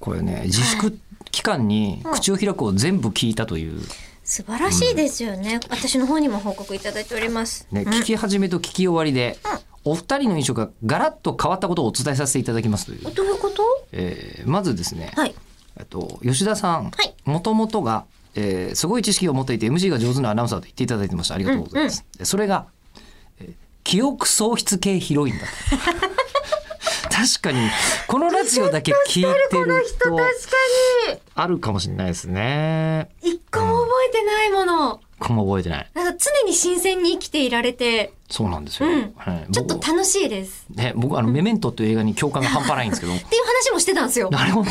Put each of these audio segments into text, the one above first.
これね、自粛期間に口を開くを全部聞いたという、 素晴らしいですよね、私の方にも報告いただいております、 ね、聞き始めと聞き終わりで、お二人の印象がガラッと変わったことをお伝えさせていただきますという。 どういうこと？ まずですね、 はい、 吉田さん、もともとが、すごい知識を持っていて MC が上手なアナウンサーと言っていただいてました。ありがとうございます。それが、記憶喪失系ヒロインだと確かにこのラジオだけ聞いてると確かにあるかもしれないですね。 一個も覚えてないもの、 一個も覚えてない。 なんか常に新鮮に生きていられて、 そうなんですよ、 ちょっと楽しいです、 ね、僕メメントという映画に共感が半端ないんですけどっていう話もしてたんですよ。 なるほど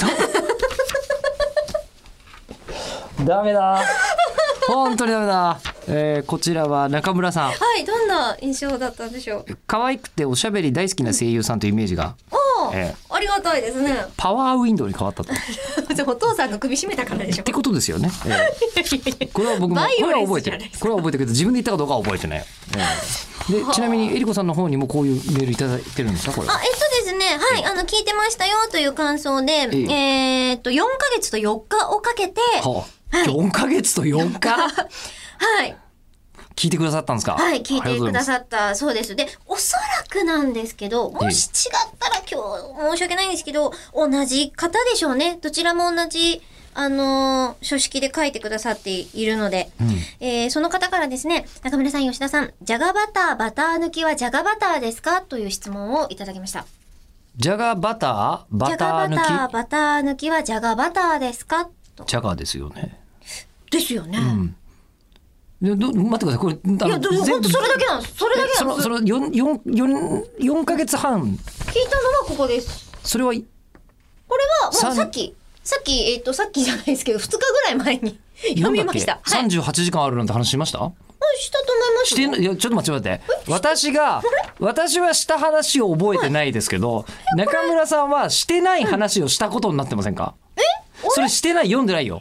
ダメだ本当にダメだ。こちらは中村さん。 はい、どんな印象だったんでしょう。 可愛くておしゃべり大好きな声優さんというイメージが、 ありがたいですね。 パワーウィンドウに変わったとお父さんが首絞めたからでしょってことですよね、これは僕もこれは覚えてる、これは覚えてるけど自分で言ったかどうかは覚えてない、でちなみにえりこさんの方にもこういうメールいただいてるんですかこれ。 ですね、はい、聞いてましたよという感想で、4ヶ月と4日をかけて、 4ヶ月と4日はい聞いてくださったんですか。 はい、聞いてくださったそうです。で、おそらくなんですけど、もし違ったら今日申し訳ないんですけど、同じ方でしょうね。どちらも同じ書式で書いてくださっているので、その方からですね、中村さん、吉田さん、じゃがバターバター抜きはじゃがバターですかという質問をいただきました。 じゃがバターバター抜き、 じゃがバターバター抜きはじゃがバターですかと。 じゃがですよね。 ですよね。 待ってください、これ本当それだけなんです。それだけなんです。 その4ヶ月半聞いたのはここです。 それはこれはもうさっきじゃないですけど2日ぐらい前に読みました。 38時間あるなんて話しました？ したと思いますよ。 いやちょっと待って私はした話を覚えてないですけど、中村さんはしてない話をしたことになってませんか？それしてない、読んでないよ。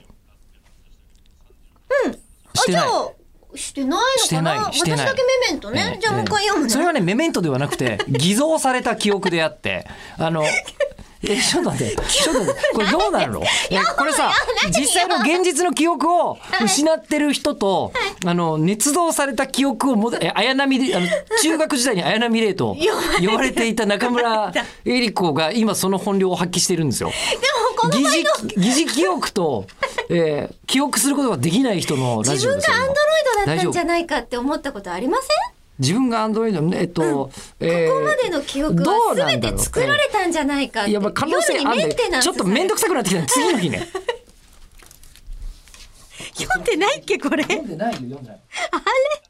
してない。 してないのかな。私だけメメントね。じゃあもう一回読むね。 それはね、メメントではなくて偽造された記憶であってちょっと待ってこれどうなるの？これさ、実際の現実の記憶を失ってる人と、捏造された記憶を綾波で中学時代に綾波レイと呼ばれていた中村江里子が今その本領を発揮しているんですよ。疑似記憶と、記憶することができない人のラジオですよ。 自分がアンドロイドだったんじゃないかって思ったことありません？ 自分がアンドロイドここまでの記憶は全て作られたんじゃないかって。 いや、可能性あるんで、ちょっと面倒くさくなってきた。次の日ね読んでないっけこれ。 読んでないよ、読んでない。 あれ